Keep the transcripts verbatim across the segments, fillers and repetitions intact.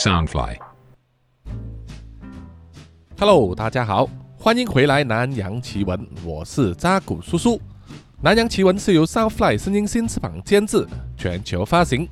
Soundfly。Hello， 大家好，欢迎回来南洋奇闻，我是扎古叔叔。南洋奇闻是由 Soundfly 声音新翅膀监制，全球发行。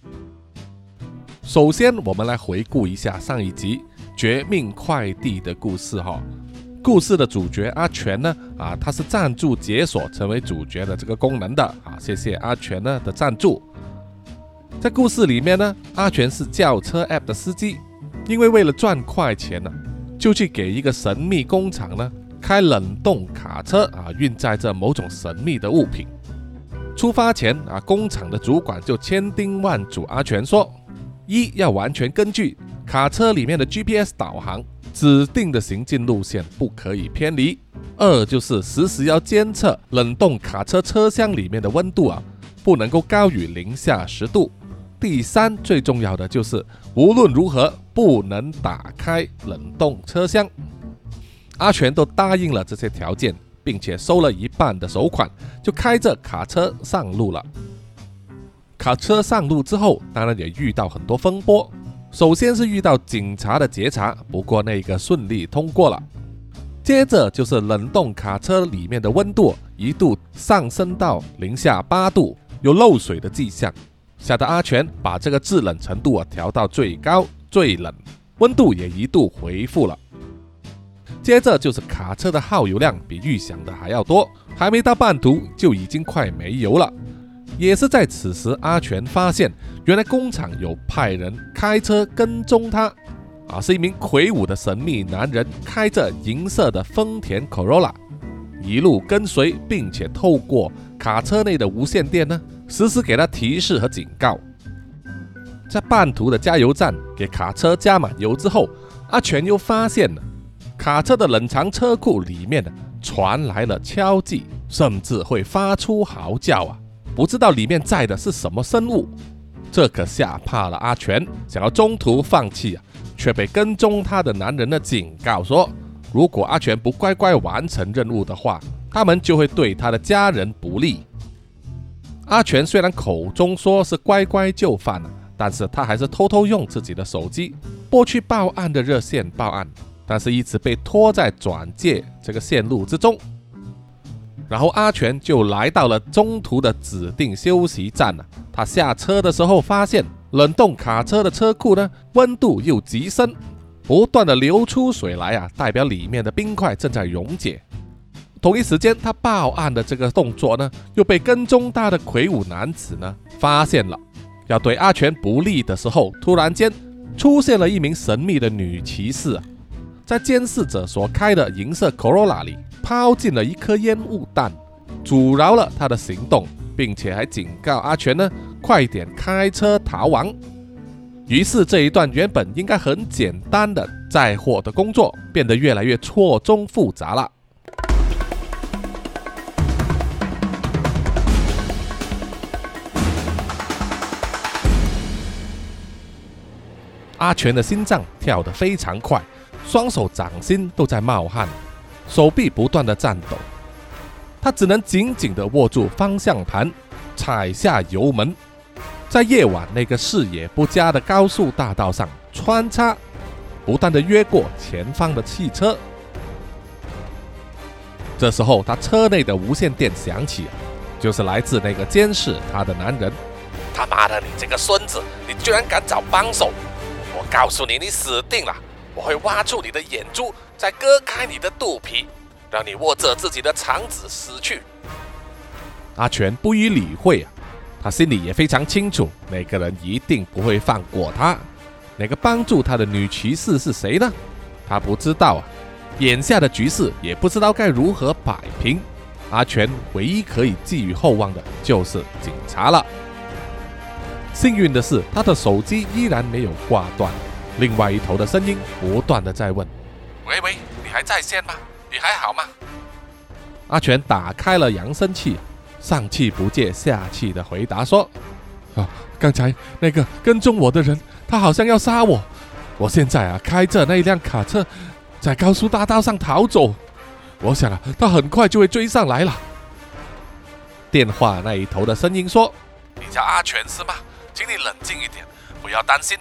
首先，我们来回顾一下上一集《绝命快递》的故事哈。故事的主角阿全呢，啊，他是赞助解锁成为主角的这个功能的啊，谢谢阿全呢的赞助。在故事里面呢，阿全是轿车 App 的司机，因为为了赚快钱呢，就去给一个神秘工厂呢开冷冻卡车啊，运载着某种神秘的物品。出发前啊，工厂的主管就千叮万嘱阿全说：一要完全根据卡车里面的 G P S 导航，指定的行进路线不可以偏离；二就是时时要监测冷冻卡车车厢里面的温度啊，不能够高于零下十度；第三最重要的就是无论如何不能打开冷冻车厢。阿全都答应了这些条件，并且收了一半的首款，就开着卡车上路了。卡车上路之后，当然也遇到很多风波。首先是遇到警察的截查，不过那个顺利通过了。接着就是冷冻卡车里面的温度一度上升到零下八度，有漏水的迹象，吓得阿全把这个制冷程度啊调到最高最冷，温度也一度恢复了。接着就是卡车的耗油量比预想的还要多，还没到半途就已经快没油了。也是在此时，阿全发现原来工厂有派人开车跟踪他啊，是一名魁梧的神秘男人，开着银色的丰田 Corolla 一路跟随，并且透过卡车内的无线电呢，时时给他提示和警告。在半途的加油站给卡车加满油之后，阿全又发现了卡车的冷藏车库里面呢传来了敲击，甚至会发出嚎叫啊！不知道里面载的是什么生物，这可吓怕了阿全，想要中途放弃啊，却被跟踪他的男人呢警告说，如果阿全不乖乖完成任务的话，他们就会对他的家人不利。阿全虽然口中说是乖乖就范了，但是他还是偷偷用自己的手机拨去报案的热线报案，但是一直被拖在转介这个线路之中。然后阿全就来到了中途的指定休息站了。他下车的时候发现冷冻卡车的车库呢温度又急升，不断的流出水来啊，代表里面的冰块正在溶解。同一时间，他报案的这个动作呢又被跟踪他的魁梧男子呢发现了。要对阿全不利的时候，突然间出现了一名神秘的女骑士啊，在监视者所开的银色 Corolla 里抛进了一颗烟雾弹，阻挠了他的行动，并且还警告阿全呢快点开车逃亡。于是这一段原本应该很简单的载货的工作变得越来越错综复杂了。阿全的心脏跳得非常快，双手掌心都在冒汗，手臂不断的颤抖，他只能紧紧地握住方向盘，踩下油门，在夜晚那个视野不佳的高速大道上穿插，不断地越过前方的汽车。这时候他车内的无线电响起，就是来自那个监视他的男人。他妈的，你这个孙子，你居然敢找帮手！我告诉你，你死定了！我会挖出你的眼珠，再割开你的肚皮，让你握着自己的肠子死去。阿全不予理会啊，他心里也非常清楚，那个人一定不会放过他。那个帮助他的女骑士是谁呢？他不知道啊。眼下的局势也不知道该如何摆平。阿全唯一可以寄予厚望的就是警察了。幸运的是，他的手机依然没有挂断。另外一头的声音不断的在问：喂喂，你还在线吗？你还好吗？阿全打开了扬声器，上气不接下气的回答说：啊，刚才那个跟踪我的人，他好像要杀我。我现在啊开着那一辆卡车在高速大道上逃走，我想啊他很快就会追上来了。电话那一头的声音说：你叫阿全是吗？请你冷静一点，不要担心，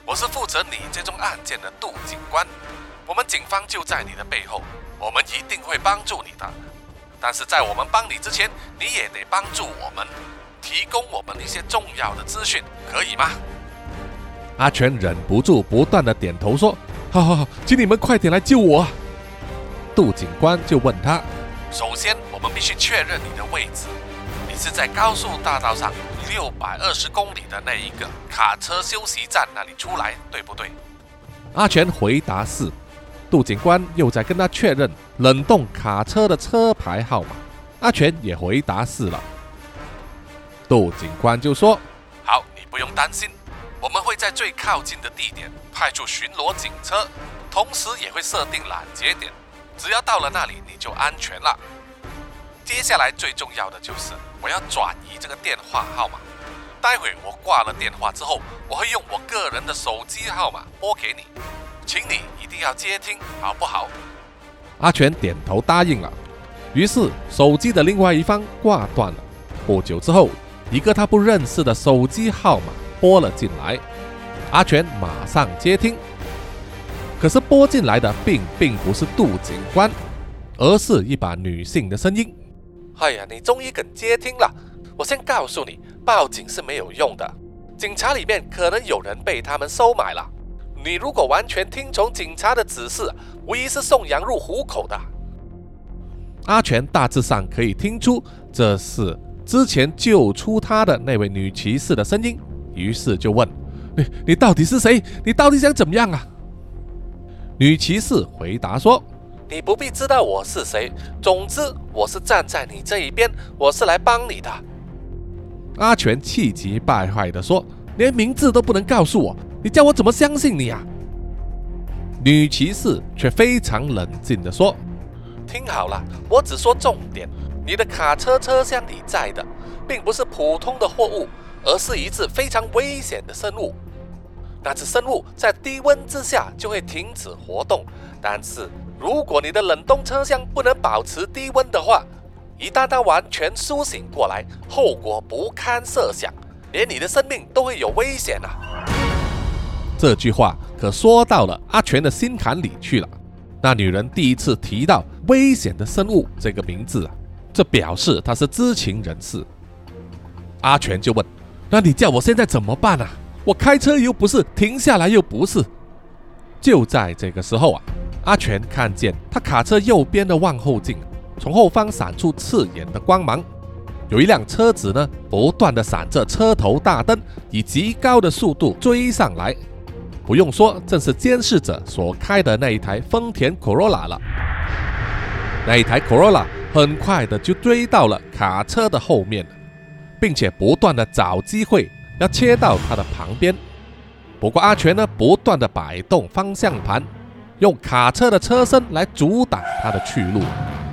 我是负责你这宗案件的杜警官，我们警方就在你的背后，我们一定会帮助你的。但是在我们帮你之前，你也得帮助我们，提供我们一些重要的资讯，可以吗？”阿全忍不住不断的点头说：“好好好，请你们快点来救我啊！”杜警官就问他：“首先，我们必须确认你的位置，你是在高速大道上六百二十公里的那一个卡车休息站那里出来，对不对？”阿全回答是。杜警官又在跟他确认冷冻卡车的车牌号码，阿全也回答是了。杜警官就说：“好，你不用担心，我们会在最靠近的地点派出巡逻警车，同时也会设定拦截点，只要到了那里你就安全了。接下来最重要的就是我要转移这个电话号码，待会我挂了电话之后，我会用我个人的手机号码拨给你，请你一定要接听，好不好？”阿全点头答应了。于是手机的另外一方挂断了。不久之后，一个他不认识的手机号码拨了进来，阿全马上接听。可是拨进来的并并不是杜警官，而是一把女性的声音。“哎呀，你终于肯接听了！我先告诉你，报警是没有用的，警察里面可能有人被他们收买了。你如果完全听从警察的指示，无疑是送羊入虎口的。”阿全大致上可以听出这是之前救出他的那位女骑士的声音，于是就问：“你你到底是谁？你到底想怎么样啊？”女骑士回答说：“你不必知道我是谁，总之我是站在你这一边，我是来帮你的。”阿全气急败坏地说：“连名字都不能告诉我，你叫我怎么相信你啊？”女骑士却非常冷静地说：“听好了，我只说重点，你的卡车车厢里载的并不是普通的货物，而是一只非常危险的生物。那只生物在低温之下就会停止活动，但是如果你的冷冻车厢不能保持低温的话，一旦它完全苏醒过来，后果不堪设想，连你的生命都会有危险啊！”这句话可说到了阿全的心坎里去了。那女人第一次提到危险的生物这个名字啊，这表示她是知情人士。阿全就问：“那你叫我现在怎么办啊？我开车又不是，停下来又不是。”就在这个时候啊，阿全看见他卡车右边的望后镜从后方闪出刺眼的光芒，有一辆车子呢不断的闪着车头大灯，以极高的速度追上来。不用说，正是监视者所开的那一台丰田 Corolla 了。那一台 Corolla 很快的就追到了卡车的后面，并且不断的找机会要切到他的旁边。不过阿全呢，不断的摆动方向盘，用卡车的车身来阻挡他的去路。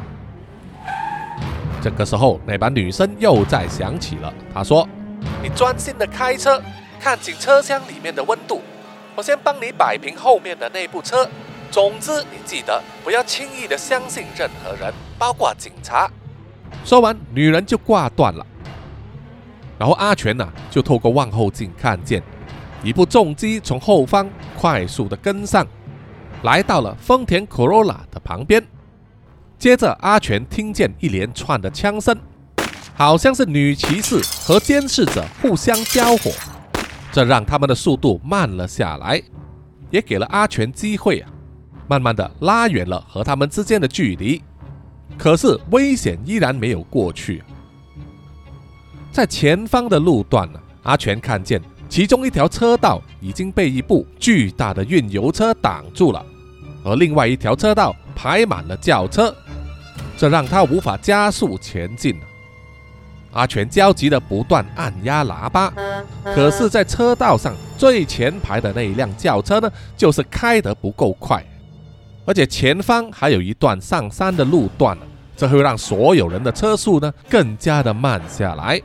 这个时候，那把女声又再响起了，她说：“你专心的开车，看紧车厢里面的温度，我先帮你摆平后面的那部车。总之，你记得不要轻易的相信任何人，包括警察。”说完，女人就挂断了。然后阿全啊，就透过望后镜看见一部重机从后方快速的跟上，来到了丰田 Corolla 的旁边。接着，阿全听见一连串的枪声，好像是女骑士和监视者互相交火，这让他们的速度慢了下来，也给了阿全机会啊，慢慢的拉远了和他们之间的距离。可是危险依然没有过去。在前方的路段呢，阿全看见其中一条车道已经被一部巨大的运油车挡住了，而另外一条车道排满了轿车，这让他无法加速前进。阿全焦急地不断按压喇叭，可是在车道上最前排的那一辆轿车呢，就是开得不够快，而且前方还有一段上山的路段，这会让所有人的车速呢更加的慢下来。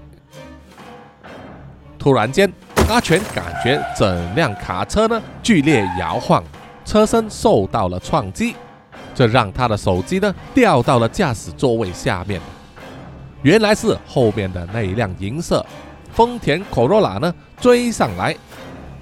突然间，阿全感觉整辆卡车呢剧烈摇晃，车身受到了撞击，这让他的手机呢掉到了驾驶座位下面。原来是后面的那一辆银色丰田 Corolla 呢追上来，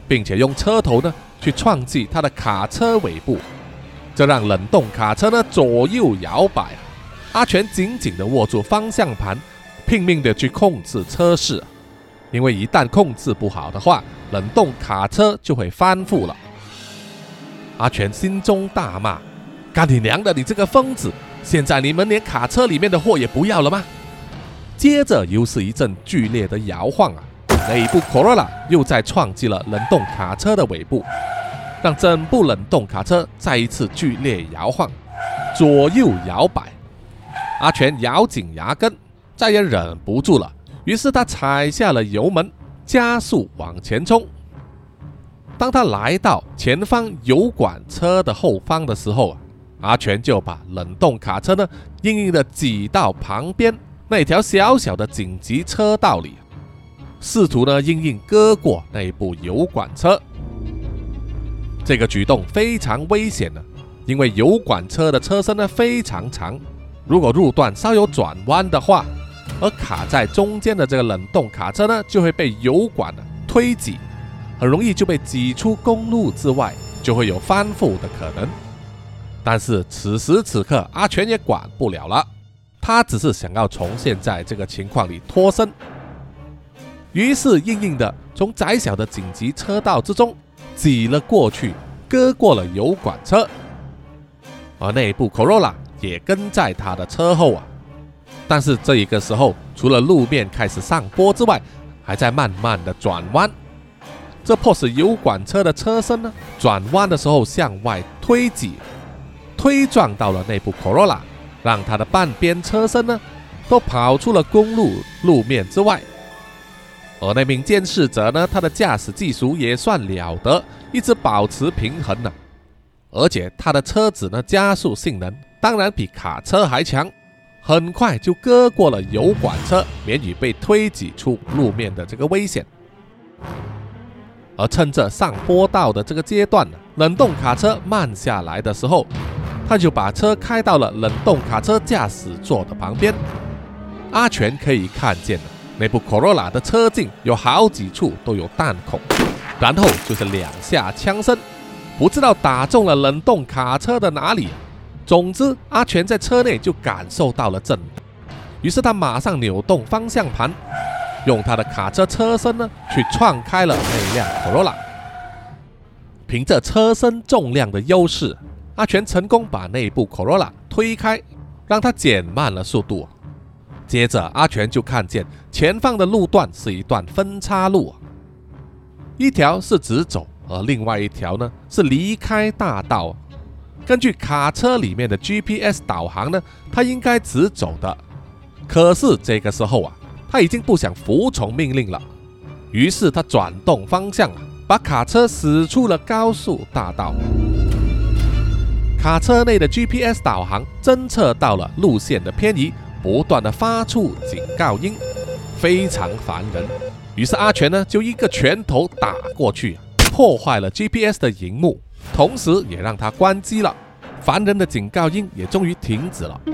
并且用车头呢去撞击他的卡车尾部，这让冷冻卡车呢左右摇摆。阿全紧紧地握住方向盘，拼命地去控制车势，因为一旦控制不好的话，冷冻卡车就会翻覆了。阿全心中大骂：干你娘的，你这个疯子，现在你们连卡车里面的货也不要了吗？接着又是一阵剧烈的摇晃啊，那一部 Corolla 又在撞击了冷冻卡车的尾部，让整部冷冻卡车再一次剧烈摇晃，左右摇摆。阿全咬紧牙根，再也忍不住了，于是他踩下了油门，加速往前冲。当他来到前方油管车的后方的时候，阿全就把冷冻卡车呢硬硬的挤到旁边那条小小的紧急车道里，试图呢硬硬割过那一部油管车。这个举动非常危险的，因为油管车的车身呢非常长，如果路段稍有转弯的话，而卡在中间的这个冷冻卡车呢就会被油管呢推挤，很容易就被挤出公路之外，就会有翻覆的可能。但是此时此刻阿全也管不了了，他只是想要从现在这个情况里脱身，于是硬硬的从窄小的紧急车道之中挤了过去，割过了油管车，而那部 Corolla 也跟在他的车后啊。但是这一个时候，除了路面开始上坡之外，还在慢慢的转弯。这迫使油管车的车身呢，转弯的时候向外推挤，推撞到了那部 Corolla， 让他的半边车身呢都跑出了公路路面之外。而那名监视者呢，他的驾驶技术也算了得，一直保持平衡呢、啊。而且他的车子呢，加速性能当然比卡车还强，很快就割过了油管车，免于被推挤出路面的这个危险。而趁着上坡道的这个阶段呢，冷冻卡车慢下来的时候，他就把车开到了冷冻卡车驾驶座的旁边。阿全可以看见那部 Corolla 的车镜有好几处都有弹孔，然后就是两下枪声，不知道打中了冷冻卡车的哪里。总之阿全在车内就感受到了震动，于是他马上扭动方向盘，用他的卡车车身呢去撞开了那辆 Corolla。 凭着车身重量的优势，阿全成功把那部 Corolla 推开，让它减慢了速度。接着阿全就看见前方的路段是一段分岔路，一条是直走，而另外一条呢是离开大道。根据卡车里面的 G P S 导航呢，他应该直走的。可是这个时候啊，他已经不想服从命令了，于是他转动方向啊，把卡车驶出了高速大道。卡车内的 G P S 导航侦测到了路线的偏移，不断的发出警告音，非常烦人。于是阿全呢就一个拳头打过去，破坏了 G P S 的荧幕，同时也让它关机了，烦人的警告音也终于停止了。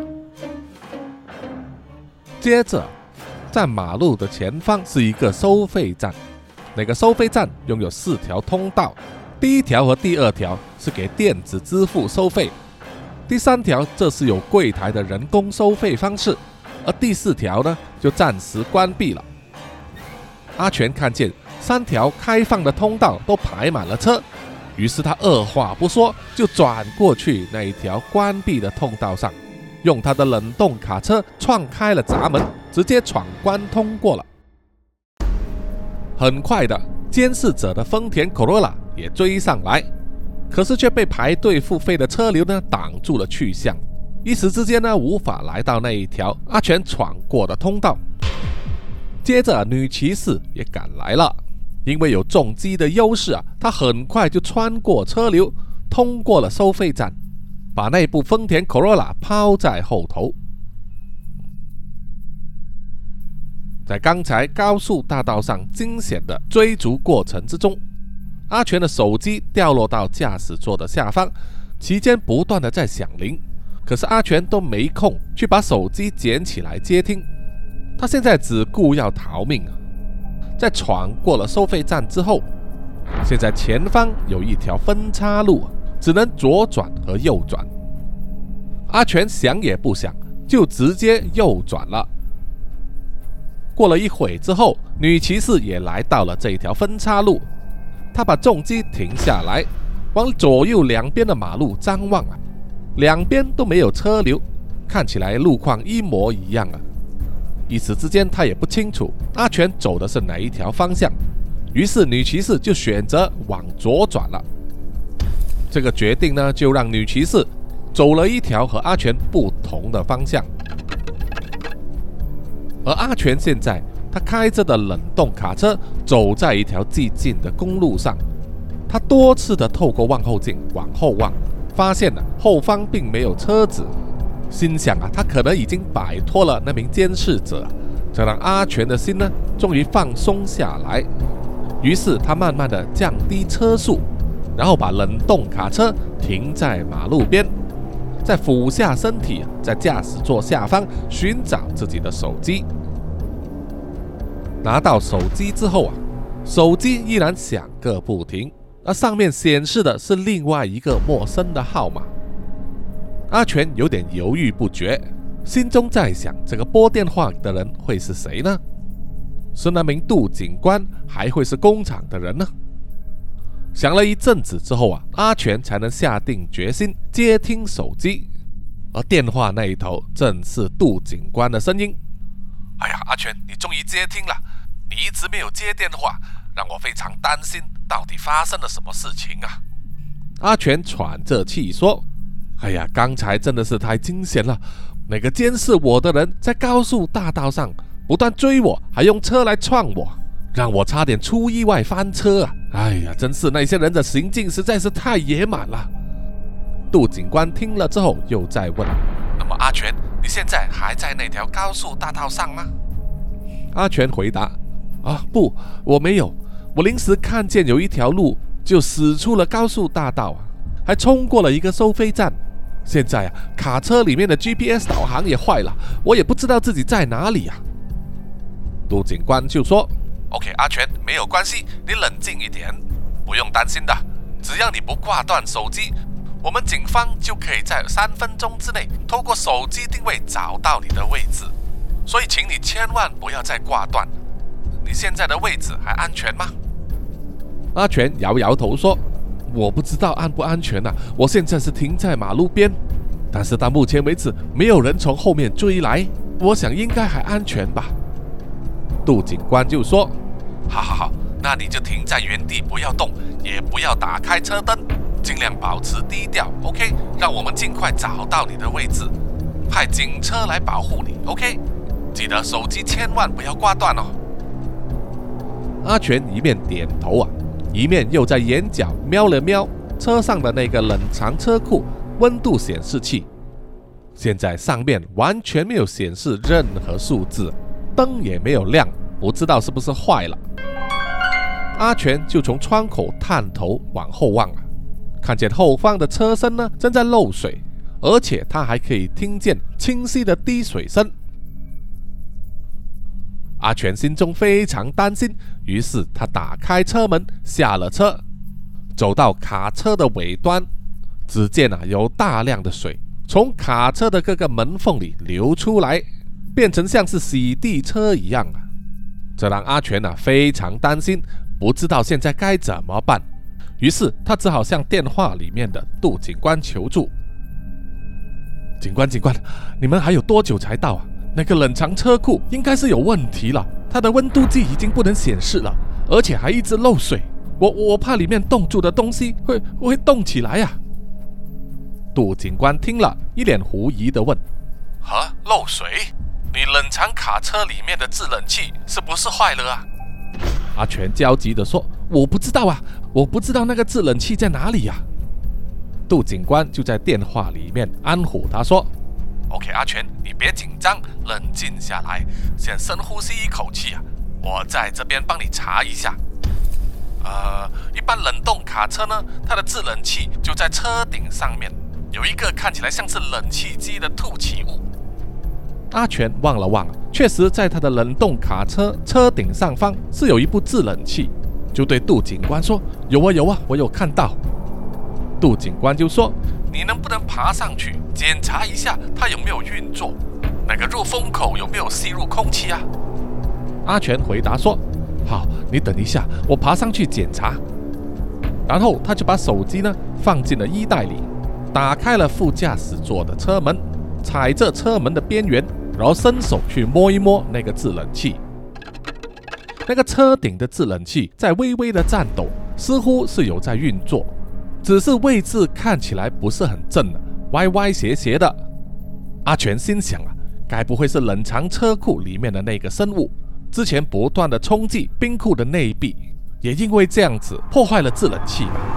接着在马路的前方是一个收费站，那个收费站拥有四条通道，第一条和第二条是给电子支付收费，第三条这是有柜台的人工收费方式，而第四条呢就暂时关闭了。阿全看见三条开放的通道都排满了车，于是他二话不说就转过去那一条关闭的通道上，用他的冷冻卡车撞开了闸门，直接闯关通过了。很快的，监视者的丰田 Corolla 也追上来，可是却被排队付费的车流呢挡住了去向，一时之间呢无法来到那一条阿全闯过的通道。接着女骑士也赶来了，因为有重机的优势啊，她很快就穿过车流，通过了收费站，把那部丰田 Corolla 抛在后头。在刚才高速大道上惊险的追逐过程之中，阿全的手机掉落到驾驶座的下方，期间不断的在响铃，可是阿全都没空去把手机捡起来接听，他现在只顾要逃命啊。在闯过了收费站之后， 现在前方有一条分岔路，只能左转和右转。阿全想也不想，就直接右转了。过了一会之后，女骑士也来到了这一条分岔路，她把重机停下来，往左右两边的马路张望啊，两边都没有车流，看起来路况一模一样啊。一时之间，她也不清楚阿全走的是哪一条方向，于是女骑士就选择往左转了。这个决定呢，就让女骑士走了一条和阿全不同的方向。而阿全现在他开着的冷冻卡车走在一条寂静的公路上，他多次的透过望后镜往后望，发现了后方并没有车子，心想啊，他可能已经摆脱了那名监视者，这让阿全的心呢终于放松下来。于是他慢慢的降低车速，然后把冷冻卡车停在马路边，再俯下身体，在驾驶座下方寻找自己的手机。拿到手机之后啊，手机依然响个不停，而上面显示的是另外一个陌生的号码。阿全有点犹豫不决，心中在想，这个拨电话的人会是谁呢？是那名杜警官，还会是工厂的人呢？想了一阵子之后啊，阿全才能下定决心接听手机，而电话那一头正是杜警官的声音。哎呀，阿全，你终于接听了，你一直没有接电话，让我非常担心，到底发生了什么事情啊？阿全喘着气说，哎呀，刚才真的是太惊险了，那个监视我的人在高速大道上不断追我，还用车来撞我，让我差点出意外翻车啊！哎呀，真是那些人的行径实在是太野蛮了。杜警官听了之后又再问，那么阿全，你现在还在那条高速大道上吗？阿全回答，啊，不，我没有，我临时看见有一条路就驶出了高速大道啊，还冲过了一个收费站。现在啊，卡车里面的 G P S 导航也坏了，我也不知道自己在哪里啊。杜警官就说， OK， 阿全，没有关系，你冷静一点，不用担心的，只要你不挂断手机，我们警方就可以在三分钟之内透过手机定位找到你的位置，所以请你千万不要再挂断。你现在的位置还安全吗？阿全摇摇头说，我不知道安不安全啊，我现在是停在马路边，但是到目前为止没有人从后面追来，我想应该还安全吧。杜警官就说，好好好，那你就停在原地不要动，也不要打开车灯，尽量保持低调 OK， 让我们尽快找到你的位置，派警车来保护你 OK， 记得手机千万不要挂断哦。阿全一面点头啊，一面又在眼角瞄了瞄车上的那个冷藏车库温度显示器，现在上面完全没有显示任何数字，灯也没有亮，不知道是不是坏了。阿全就从窗口探头往后望啊，看见后方的车身呢正在漏水，而且他还可以听见清晰的滴水声。阿全心中非常担心，于是他打开车门下了车，走到卡车的尾端，只见啊有大量的水从卡车的各个门缝里流出来，变成像是洗地车一样啊！这让阿全啊非常担心，不知道现在该怎么办。于是他只好向电话里面的杜警官求助。警官，警官，你们还有多久才到啊？那个冷藏车库应该是有问题了，它的温度计已经不能显示了，而且还一直漏水。我我怕里面冻住的东西会会动起来啊！杜警官听了，一脸狐疑的问：“啊，漏水？你冷藏卡车里面的制冷器是不是坏了啊？”阿全焦急的说：“我不知道啊，我不知道那个制冷器在哪里啊！”杜警官就在电话里面安抚他说：“OK， 阿全，你别紧张，冷静下来，先深呼吸一口气啊，我在这边帮你查一下。呃，一般冷冻卡车呢，它的制冷器就在车顶上面，有一个看起来像是冷气机的凸起物。”阿全望了望，确实在他的冷冻卡车车顶上方是有一部制冷器， 就对杜警官说：“有啊有啊，我有看到。”杜警官就说：“你能不能爬上去检查一下它有没有运作？那个入风口有没有吸入空气啊？”阿全回答说：“好，你等一下，我爬上去检查。”然后他就把手机呢放进了衣袋里，打开了副驾驶座的车门，踩着车门的边缘，然后伸手去摸一摸那个制冷器。那个车顶的制冷器在微微的颤抖，似乎是有在运作，只是位置看起来不是很正的，歪歪斜斜的。阿全心想啊，该不会是冷藏车库里面的那个生物之前不断的冲击冰库的内壁，也因为这样子破坏了制冷器吧。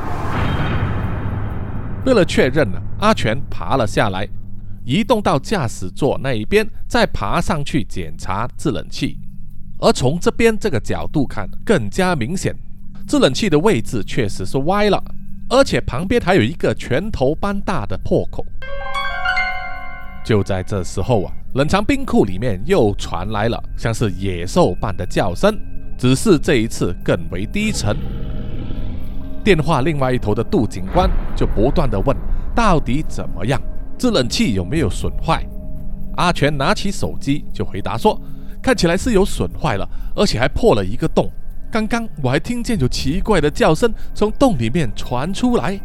为了确认呢，阿全爬了下来，移动到驾驶座那一边，再爬上去检查制冷器。而从这边这个角度看更加明显，制冷器的位置确实是歪了，而且旁边还有一个拳头般大的破口。就在这时候啊，冷藏冰库里面又传来了像是野兽般的叫声，只是这一次更为低沉。电话另外一头的杜警官就不断的问到底怎么样，制冷器有没有损坏。阿全拿起手机就回答说，看起来是有损坏了，而且还破了一个洞，刚刚我还听见有奇怪的叫声从洞里面传出来。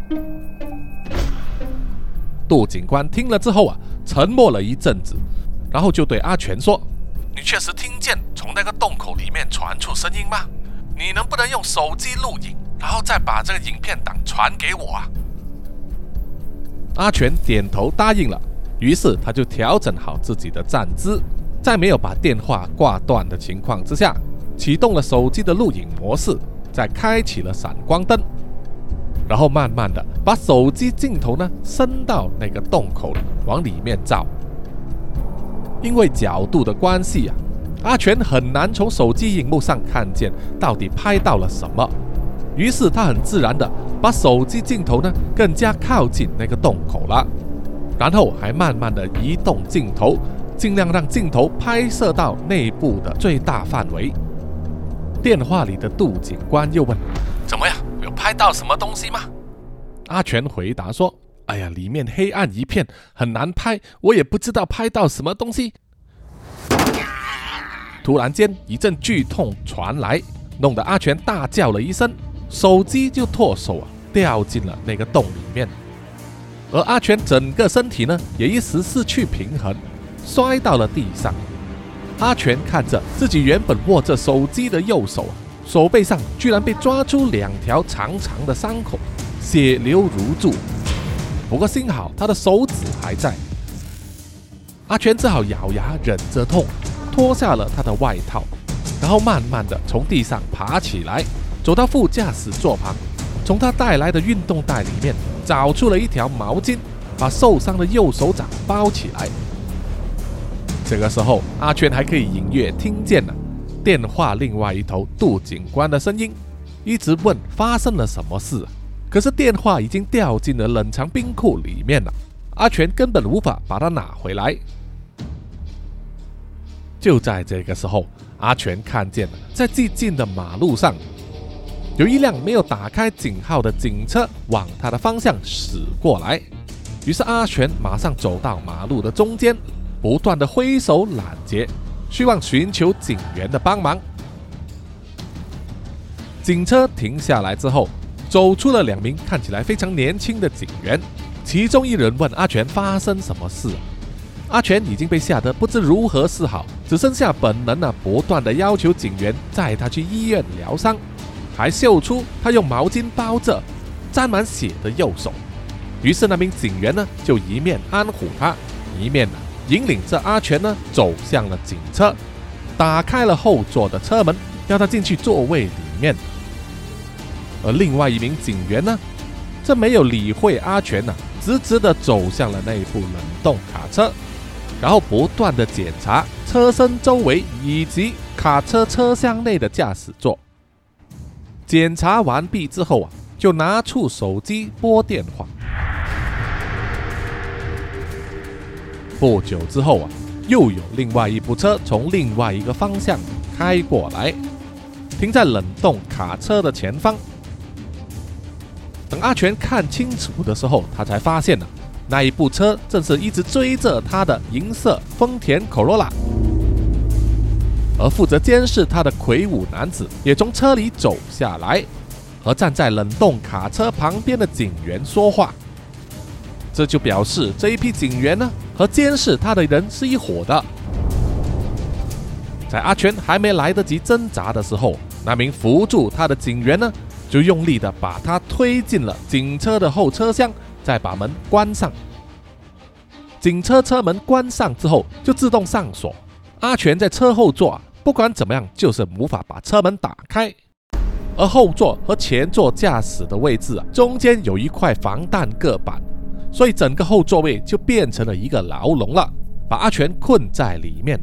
杜警官听了之后啊，沉默了一阵子，然后就对阿全说，你确实听见从那个洞口里面传出声音吗？你能不能用手机录影，然后再把这个影片档传给我啊？阿全点头答应了，于是他就调整好自己的站姿，在没有把电话挂断的情况之下，启动了手机的录影模式，再开启了闪光灯，然后慢慢的把手机镜头呢伸到那个洞口往里面照。因为角度的关系啊，阿全很难从手机荧幕上看见到底拍到了什么，于是他很自然的把手机镜头呢更加靠近那个洞口了，然后还慢慢的移动镜头，尽量让镜头拍摄到内部的最大范围。电话里的杜警官又问，怎么样，有拍到什么东西吗？阿全回答说，哎呀，里面黑暗一片，很难拍，我也不知道拍到什么东西。突然间一阵剧痛传来，弄得阿全大叫了一声，手机就脱手啊，掉进了那个洞里面。而阿全整个身体呢也一时失去平衡，摔到了地上。阿全看着自己原本握着手机的右手啊，手背上居然被抓出两条长长的伤口，血流如注。不过幸好他的手指还在，阿全只好咬牙忍着痛，脱下了他的外套，然后慢慢的从地上爬起来，走到副驾驶座旁，从他带来的运动袋里面找出了一条毛巾，把受伤的右手掌包起来。这个时候阿全还可以隐约听见了电话另外一头杜警官的声音，一直问发生了什么事，可是电话已经掉进了冷藏冰库里面了，阿全根本无法把它拿回来。就在这个时候，阿全看见了在最近的马路上有一辆没有打开警号的警车往他的方向驶过来，于是阿全马上走到马路的中间，不断的挥手拦截，希望寻求警员的帮忙。警车停下来之后，走出了两名看起来非常年轻的警员，其中一人问阿全发生什么事。阿全已经被吓得不知如何是好，只剩下本能啊，不断的要求警员载他去医院疗伤，还秀出他用毛巾包着沾满血的右手。于是那名警员呢，就一面安抚他，一面呢引领着阿全呢走向了警车，打开了后座的车门，要他进去座位里面。而另外一名警员呢，这没有理会阿全呢，直直的走向了那部冷冻卡车，然后不断的检查车身周围以及卡车车厢内的驾驶座。检查完毕之后啊，就拿出手机拨电话。不久之后啊，又有另外一部车从另外一个方向开过来， 停在冷冻卡车的前方。等阿全看清楚的时候，他才发现了那一部车正是一直追着他的银色丰田 Corolla， 而负责监视他的魁梧男子也从车里走下来，和站在冷冻卡车旁边的警员说话。这就表示这一批警员呢，和监视他的人是一伙的。在阿全还没来得及挣扎的时候，那名扶住他的警员呢，就用力的把他推进了警车的后车厢，再把门关上。警车车门关上之后，就自动上锁。阿全在车后座，不管怎么样，就是无法把车门打开。而后座和前座驾驶的位置啊，中间有一块防弹铬板，所以整个后座位就变成了一个牢笼了，把阿全困在里面。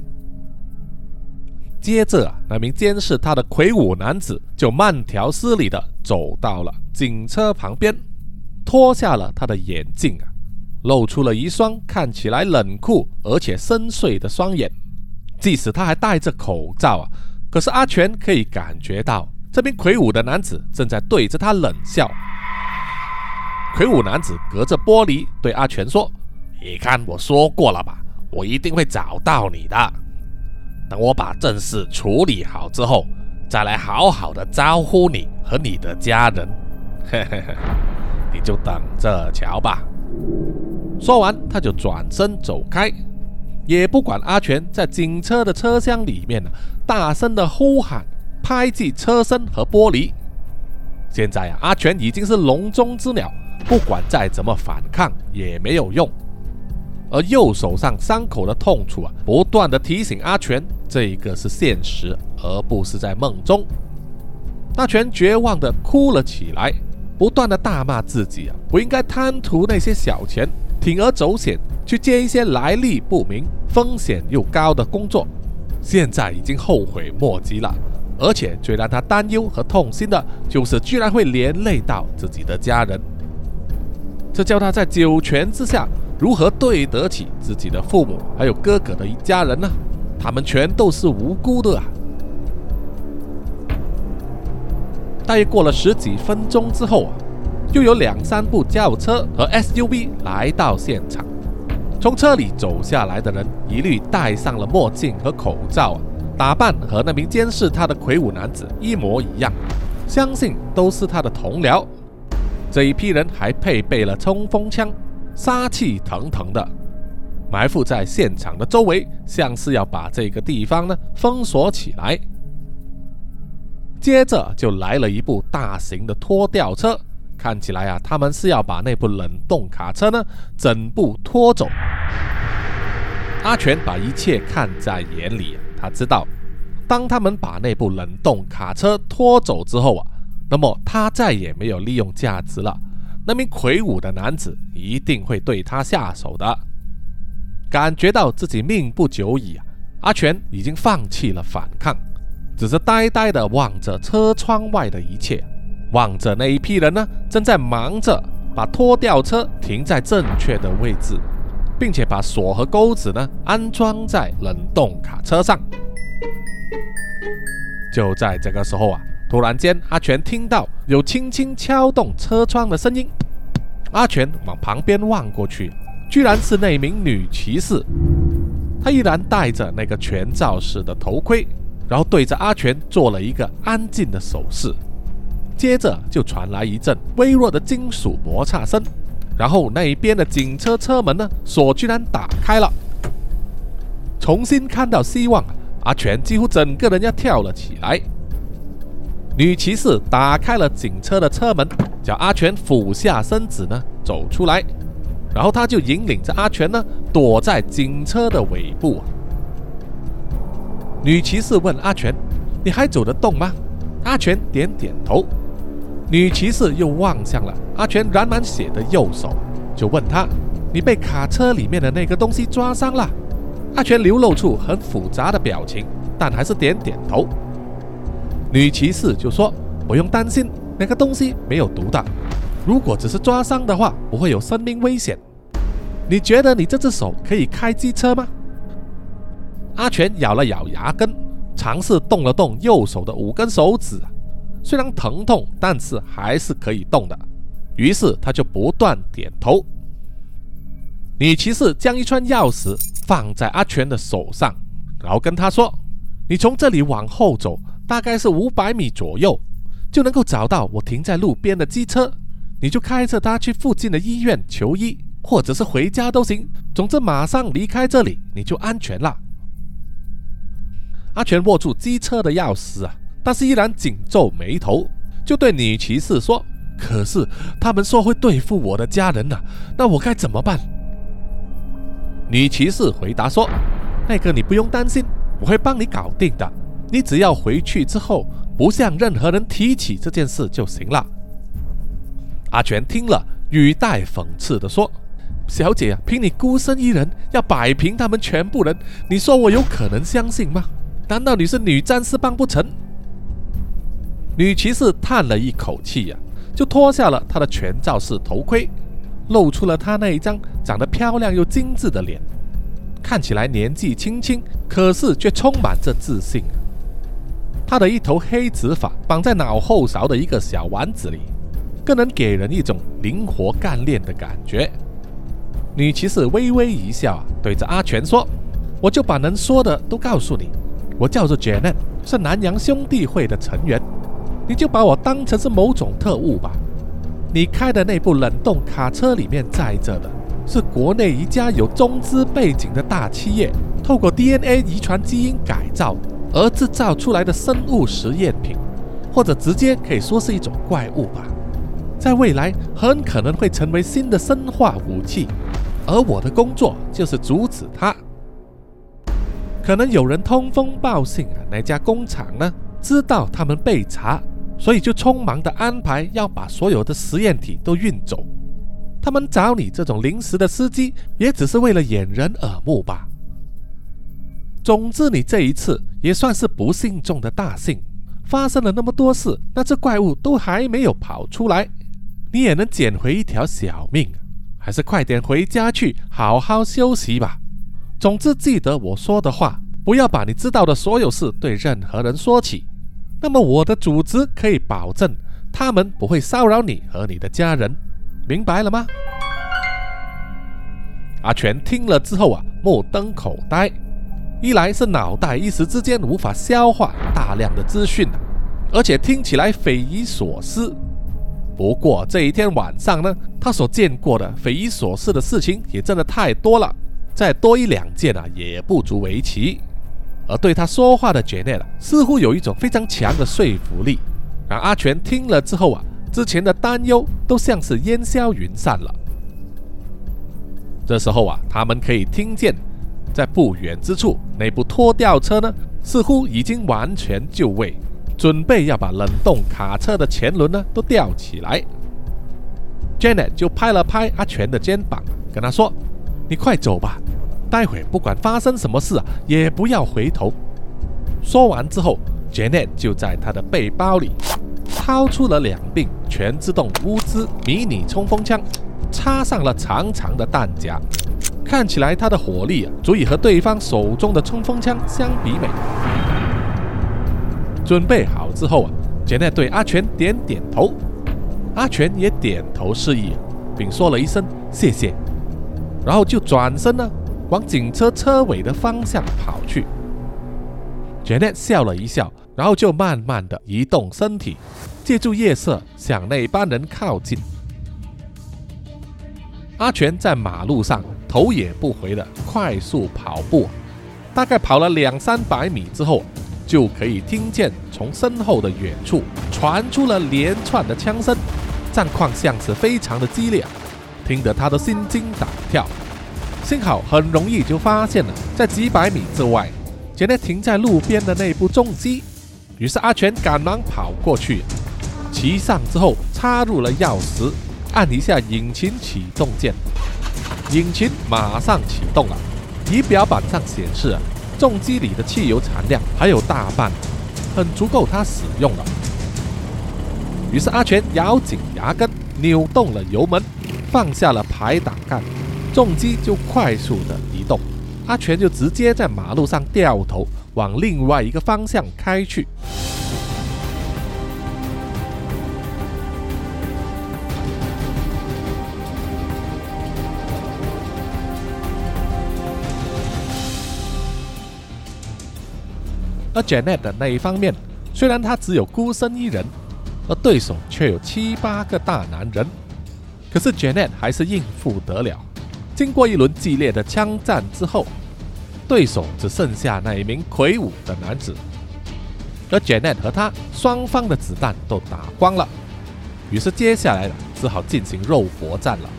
接着啊，那名监视他的魁梧男子就慢条斯理地走到了警车旁边，脱下了他的眼镜啊，露出了一双看起来冷酷而且深邃的双眼。即使他还戴着口罩啊，可是阿全可以感觉到这名魁梧的男子正在对着他冷笑。魁梧男子隔着玻璃对阿全说：“你看，我说过了吧，我一定会找到你的。等我把正事处理好之后，再来好好的招呼你和你的家人。嘿嘿嘿，你就等着瞧吧。”说完，他就转身走开，也不管阿全在警车的车厢里面大声的呼喊，拍击车身和玻璃。现在啊，阿全已经是笼中之鸟，不管再怎么反抗也没有用。而右手上伤口的痛楚啊，不断的提醒阿全，这个是现实，而不是在梦中。阿全绝望的哭了起来，不断的大骂自己啊，不应该贪图那些小钱，铤而走险去接一些来历不明、风险又高的工作，现在已经后悔莫及了。而且最让他担忧和痛心的，就是居然会连累到自己的家人。这叫他在九泉之下如何对得起自己的父母还有哥哥的一家人呢？他们全都是无辜的啊！大约过了十几分钟之后啊，又有两三部轿车和 S U V 来到现场。从车里走下来的人一律戴上了墨镜和口罩啊，打扮和那名监视他的魁梧男子一模一样，相信都是他的同僚。这一批人还配备了冲锋枪，杀气腾腾的埋伏在现场的周围，像是要把这个地方呢封锁起来。接着就来了一部大型的拖吊车，看起来啊，他们是要把那部冷冻卡车呢整部拖走。阿全把一切看在眼里，他知道，当他们把那部冷冻卡车拖走之后啊，那么他再也没有利用价值了。那名魁梧的男子一定会对他下手的。感觉到自己命不久矣啊，阿全已经放弃了反抗，只是呆呆地望着车窗外的一切，望着那一批人呢正在忙着把拖吊车停在正确的位置，并且把锁和钩子呢安装在冷冻卡车上。就在这个时候啊，突然间阿全听到有轻轻敲动车窗的声音。阿全往旁边望过去，居然是那名女骑士。她依然戴着那个全罩式的头盔，然后对着阿全做了一个安静的手势。接着就传来一阵微弱的金属摩擦声，然后那一边的警车车门呢锁居然打开了。重新看到希望，阿全几乎整个人要跳了起来。女骑士打开了警车的车门，叫阿全俯下身子呢走出来，然后他就引领着阿全呢躲在警车的尾部啊。女骑士问阿全：“你还走得动吗？”阿全点点头。女骑士又望向了阿全染满血的右手，就问他：“你被卡车里面的那个东西抓伤了？”阿全流露出很复杂的表情，但还是点点头。女骑士就说：“不用担心，那个东西没有毒的，如果只是抓伤的话，不会有生命危险。你觉得你这只手可以开机车吗？”阿全咬了咬牙根， 尝试动了动右手的五根手指，虽然疼痛，但是还是可以动的。于是他就不断点头。女骑士将一串钥匙放在阿全的手上，然后跟他说：你从这里往后走大概是五百米左右，就能够找到我停在路边的机车，你就开着它去附近的医院求医，或者是回家都行，总之马上离开这里你就安全了。阿全握住机车的钥匙啊，但是依然紧皱眉头，就对女骑士说：可是他们说会对付我的家人啊，那我该怎么办？女骑士回答说：那个你不用担心，我会帮你搞定的，你只要回去之后不向任何人提起这件事就行了。阿全听了，语带讽刺地说：小姐啊，凭你孤身一人要摆平他们全部人，你说我有可能相信吗？难道你是女战士帮不成？女骑士叹了一口气呀、啊，就脱下了她的全罩式头盔，露出了她那一张长得漂亮又精致的脸，看起来年纪轻轻，可是却充满着自信。她的一头黑直发绑在脑后勺的一个小丸子里，更能给人一种灵活干练的感觉。女骑士微微一笑啊，对着阿全说：我就把能说的都告诉你，我叫做 Janet， 是南洋兄弟会的成员，你就把我当成是某种特务吧。你开的那部冷冻卡车里面载着的是国内一家有中资背景的大企业透过 D N A 遗传基因改造而制造出来的生物实验品，或者直接可以说是一种怪物吧，在未来很可能会成为新的生化武器，而我的工作就是阻止它。可能有人通风报信啊，那家工厂呢知道他们被查，所以就匆忙的安排要把所有的实验体都运走。他们找你这种临时的司机，也只是为了掩人耳目吧。总之你这一次也算是不幸中的大幸，发生了那么多事，那只怪物都还没有跑出来，你也能捡回一条小命，还是快点回家去好好休息吧。总之记得我说的话，不要把你知道的所有事对任何人说起，那么我的组织可以保证他们不会骚扰你和你的家人，明白了吗？阿全听了之后啊，目瞪口呆，一来是脑袋一时之间无法消化大量的资讯，而且听起来匪夷所思。不过这一天晚上呢，他所见过的匪夷所思的事情也真的太多了，再多一两件啊也不足为奇。而对他说话的 Janet 似乎有一种非常强的说服力，让阿全听了之后啊，之前的担忧都像是烟消云散了。这时候啊，他们可以听见在不远之处，那部拖吊车呢似乎已经完全就位，准备要把冷冻卡车的前轮呢都吊起来。 Janet 就拍了拍阿全的肩膀，跟他说：你快走吧，待会不管发生什么事啊，也不要回头。说完之后， Janet 就在他的背包里掏出了两柄全自动乌兹迷你冲锋枪，插上了长长的弹夹，看起来他的火力啊足以和对方手中的冲锋枪相比美。准备好之后啊， Janet 对阿全点点头，阿全也点头示意，并说了一声谢谢，然后就转身呢往警车车尾的方向跑去。 Janet 笑了一笑，然后就慢慢的移动身体，借助夜色向那班人靠近。阿全在马路上头也不回的快速跑步，大概跑了两三百米之后，就可以听见从身后的远处传出了连串的枪声，战况像是非常的激烈，听得他的心惊胆跳。幸好很容易就发现了在几百米之外Janet 停在路边的那部重机，于是阿全赶忙跑过去，骑上之后插入了钥匙，按一下引擎启动键，引擎马上启动了。仪表板上显示，重机里的汽油产量还有大半，很足够他使用了。于是阿全咬紧牙根，扭动了油门，放下了排挡杆，重机就快速的移动。阿全就直接在马路上掉头往另外一个方向开去。而 Janet 的那一方面，虽然他只有孤身一人，而对手却有七八个大男人，可是 Janet 还是应付得了。经过一轮激烈的枪战之后，对手只剩下那一名魁梧的男子，而 Janet 和他双方的子弹都打光了，于是接下来只好进行肉搏战了。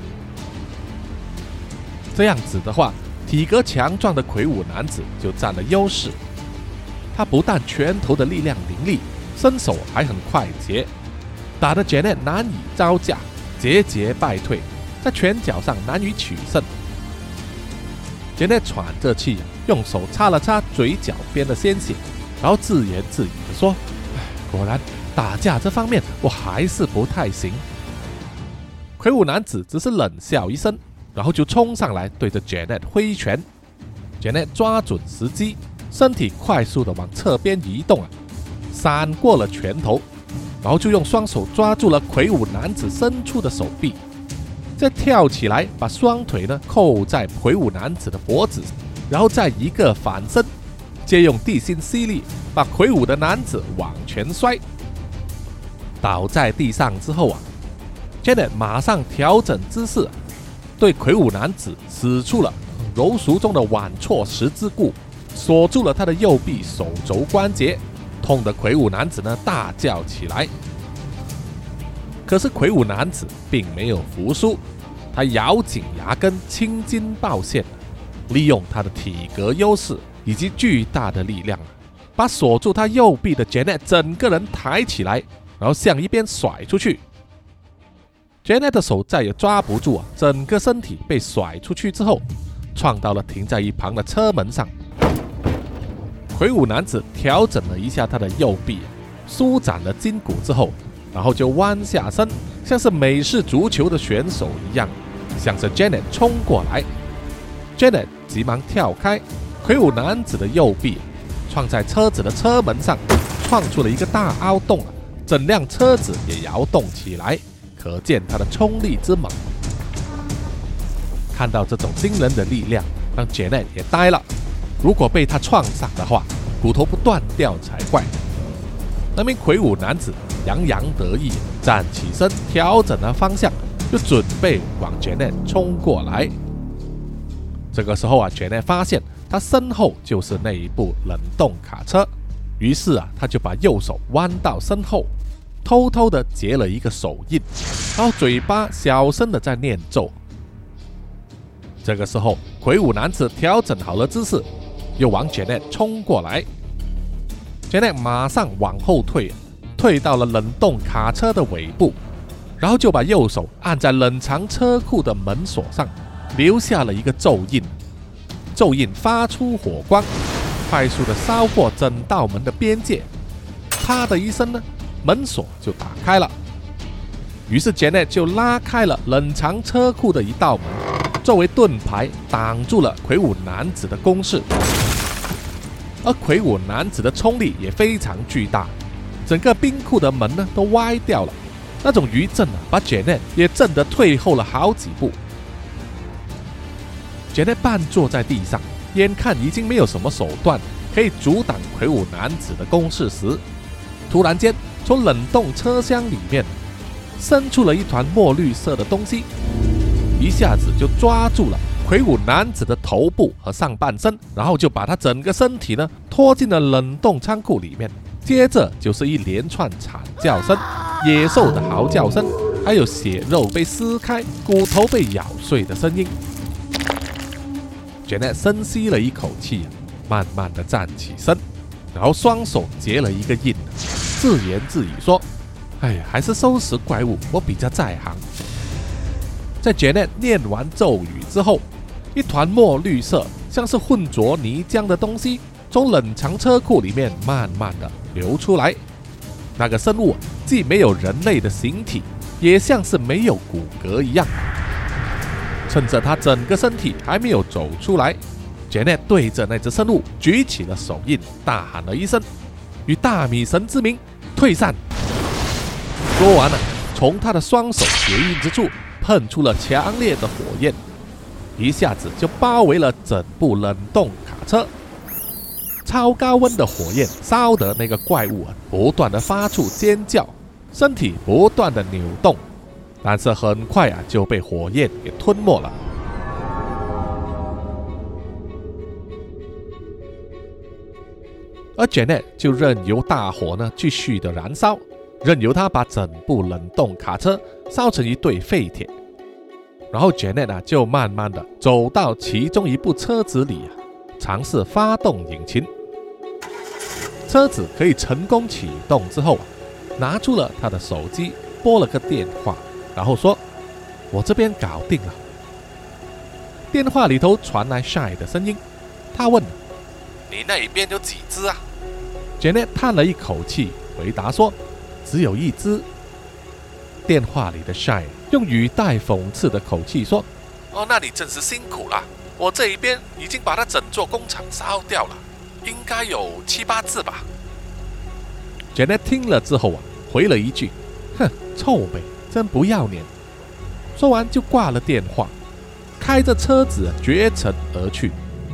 这样子的话，体格强壮的魁梧男子就占了优势。他不但拳头的力量凌厉，身手还很快捷，打得 Janet 难以招架，节节败退，在拳脚上难以取胜。Janet 喘着气，用手擦了擦嘴角边的鲜血，然后自言自语地说：“果然打架这方面我还是不太行。”魁梧男子只是冷笑一声，然后就冲上来对着 Janet 挥拳。Janet 抓准时机，身体快速的往侧边移动，闪过了拳头，然后就用双手抓住了魁梧男子伸出的手臂，再跳起来把双腿呢扣在魁梧男子的脖子，然后再一个反身，借用地心吸力把魁梧的男子往前摔。倒在地上之后啊 Janet 马上调整姿势，对魁梧男子使出了柔术中的晚错十字固，锁住了他的右臂手肘关节，痛得魁梧男子呢大叫起来。可是魁梧男子并没有服输，他咬紧牙根，青筋暴现，利用他的体格优势以及巨大的力量，把锁住他右臂的 Janet 整个人抬起来，然后向一边甩出去。Janet 的手再也抓不住啊，整个身体被甩出去之后，撞到了停在一旁的车门上。魁梧男子调整了一下他的右臂，舒展了筋骨之后，然后就弯下身，像是美式足球的选手一样，向着 Janet 冲过来。Janet 急忙跳开，魁梧男子的右臂撞在车子的车门上，创出了一个大凹洞，整辆车子也摇动起来，可见他的冲力之猛。看到这种惊人的力量，让 Janet 也呆了。如果被他撞上的话，骨头不断掉才怪。那名魁梧男子洋洋得意，站起身，调整了方向，就准备往 Janet 冲过来。这个时候啊 ，Janet 发现他身后就是那一部冷冻卡车，于是啊，他就把右手弯到身后，偷偷的结了一个手印，然后嘴巴小声的在念咒。这个时候，魁梧男子调整好了姿势，又往 Janet 冲过来。Janet 马上往后退，退到了冷冻卡车的尾部，然后就把右手按在冷藏车库的门锁上，留下了一个咒印。咒印发出火光，快速的烧过整道门的边界。啪的一声呢，门锁就打开了。于是 Janet 就拉开了冷藏车库的一道门，作为盾牌挡住了魁梧男子的攻势。而魁梧男子的冲力也非常巨大，整个冰库的门呢都歪掉了，那种余震啊，把 Janet 也震得退后了好几步。Janet 半坐在地上，眼看已经没有什么手段可以阻挡魁梧男子的攻势时，突然间从冷冻车厢里面伸出了一团墨绿色的东西，一下子就抓住了魁梧男子的头部和上半身，然后就把他整个身体呢拖进了冷冻仓库里面。接着就是一连串惨叫声、野兽的嚎叫声，还有血肉被撕开、骨头被咬碎的声音。Janet 深吸了一口气，慢慢的站起身，然后双手结了一个印，自言自语说：“哎，还是收拾怪物我比较在行。”在 Janet 念完咒语之后，一团墨绿色像是混浊泥浆的东西从冷藏车库里面慢慢的流出来。那个生物既没有人类的形体，也像是没有骨骼一样。趁着他整个身体还没有走出来， Janet 对着那只生物举起了手印，大喊了一声：“与大米神之名，退散！”说完了，从他的双手结印之处喷出了强烈的火焰，一下子就包围了整部冷冻卡车。超高温的火焰烧得那个怪物啊，不断的发出尖叫，身体不断的扭动，但是很快啊就被火焰给吞没了。而 Janet 就任由大火呢继续的燃烧，任由它把整部冷冻卡车烧成一堆废铁。然后 Janet 啊就慢慢的走到其中一部车子里啊，尝试发动引擎。车子可以成功启动之后啊，拿出了他的手机，拨了个电话，然后说：“我这边搞定了。”电话里头传来 Shy 的声音，他问：“你那边有几只啊？” Janet 叹了一口气，回答说：“只有一只。”电话里的 Shy 用语带讽刺的口气说：“哦，那你真是辛苦了，我这一边已经把它整座工厂烧掉了，应该有七八只吧。” Janet 听了之后啊，回了一句：“哼，臭美，真不要脸。”说完就挂了电话，开着车子绝尘而去。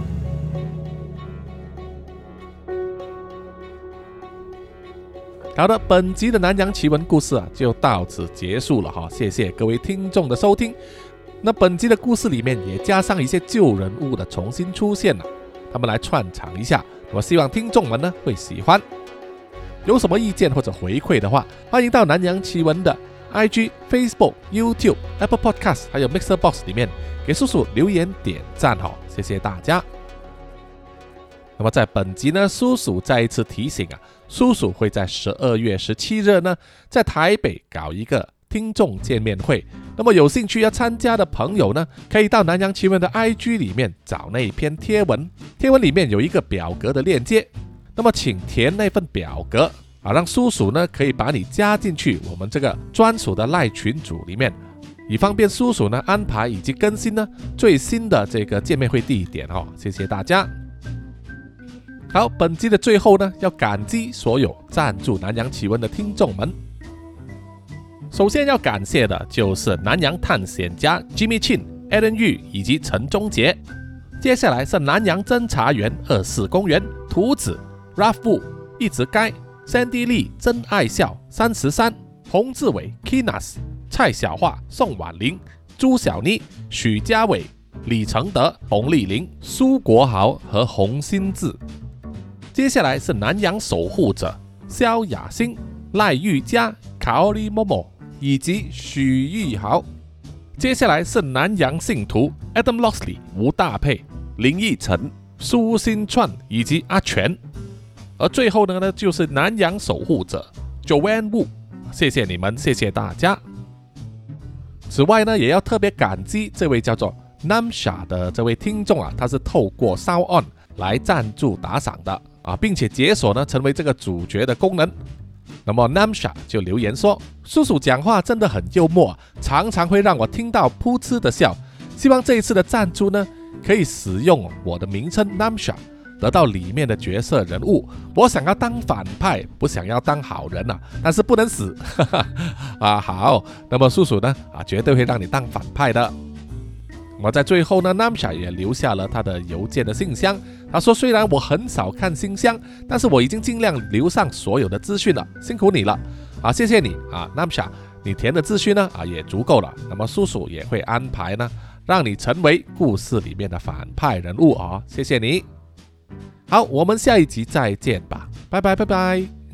好的，本集的南洋奇闻故事啊，就到此结束了哈，谢谢各位听众的收听。那本集的故事里面也加上一些旧人物的重新出现了，他们来串场一下，我希望听众们呢会喜欢。有什么意见或者回馈的话，欢迎到南洋奇闻的 I G、Facebook、YouTube、Apple Podcast 还有 Mixer Box 里面给叔叔留言点赞哈，谢谢大家。那么在本集呢，叔叔再一次提醒啊，叔叔会在十二月十七日呢，在台北搞一个听众见面会。那么有兴趣要参加的朋友呢，可以到南洋奇闻的 I G 里面找那一篇贴文，贴文里面有一个表格的链接，那么请填那份表格啊，让叔叔呢可以把你加进去我们这个专属的赖群组里面，以方便叔叔呢安排以及更新呢最新的这个见面会地点哦。谢谢大家。好，本集的最后呢，要感激所有赞助南洋奇闻的听众们。首先要感谢的就是南洋探险家 Jimmy Chin、Alan Yu 以及陈忠杰。接下来是南洋侦查员二四公园、图子、Ralph Wu、一直该、Sandy Lee、真爱笑、三十三、洪志伟、Kinas、蔡小桦、宋婉玲、朱小妮、许家伟、李承德、洪丽玲、苏国豪和洪新志。接下来是南洋守护者萧雅欣、赖玉佳、卡里某某以及许玉豪。接下来是南洋信徒 Adam Loxley、吴大佩、林奕晨、苏新串以及阿全。而最后呢，就是南洋守护者 Joanne Wu， 谢谢你们，谢谢大家。此外呢，也要特别感激这位叫做 Namsha 的这位听众啊，他是透过 SoundOn 来赞助打赏的啊，并且解锁呢成为这个主角的功能。那么 Namsha 就留言说，叔叔讲话真的很幽默，常常会让我听到噗嗤的笑，希望这一次的赞助呢可以使用我的名称 Namsha， 得到里面的角色人物。我想要当反派，不想要当好人啊，但是不能死啊。好，那么叔叔呢啊绝对会让你当反派的。我在最后呢 Namsha 也留下了他的邮件的信箱，他说虽然我很少看信箱，但是我已经尽量留上所有的资讯了，辛苦你了啊，谢谢你啊 Namsha， 你填的资讯呢啊也足够了，那么叔叔也会安排呢让你成为故事里面的反派人物啊，谢谢你。好，我们下一集再见吧，拜拜拜拜。